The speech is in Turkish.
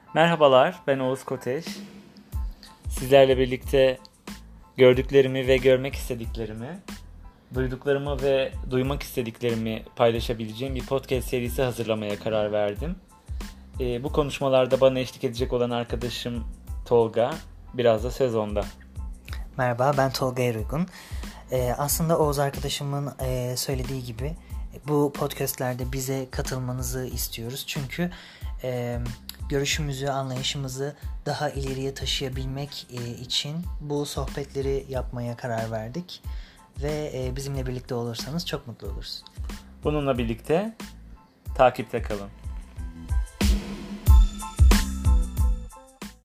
Merhabalar, ben Oğuz Koteş. Sizlerle birlikte gördüklerimi ve görmek istediklerimi, duyduklarımı ve duymak istediklerimi paylaşabileceğim bir podcast serisi hazırlamaya karar verdim. Bu konuşmalarda bana eşlik edecek olan arkadaşım Tolga, biraz da söz onda. Merhaba, ben Tolga Eruygun. Aslında Oğuz arkadaşımın söylediği gibi bu podcastlerde bize katılmanızı istiyoruz. Çünkü görüşümüzü, anlayışımızı daha ileriye taşıyabilmek için bu sohbetleri yapmaya karar verdik. Ve bizimle birlikte olursanız çok mutlu oluruz. Bununla birlikte takipte kalın.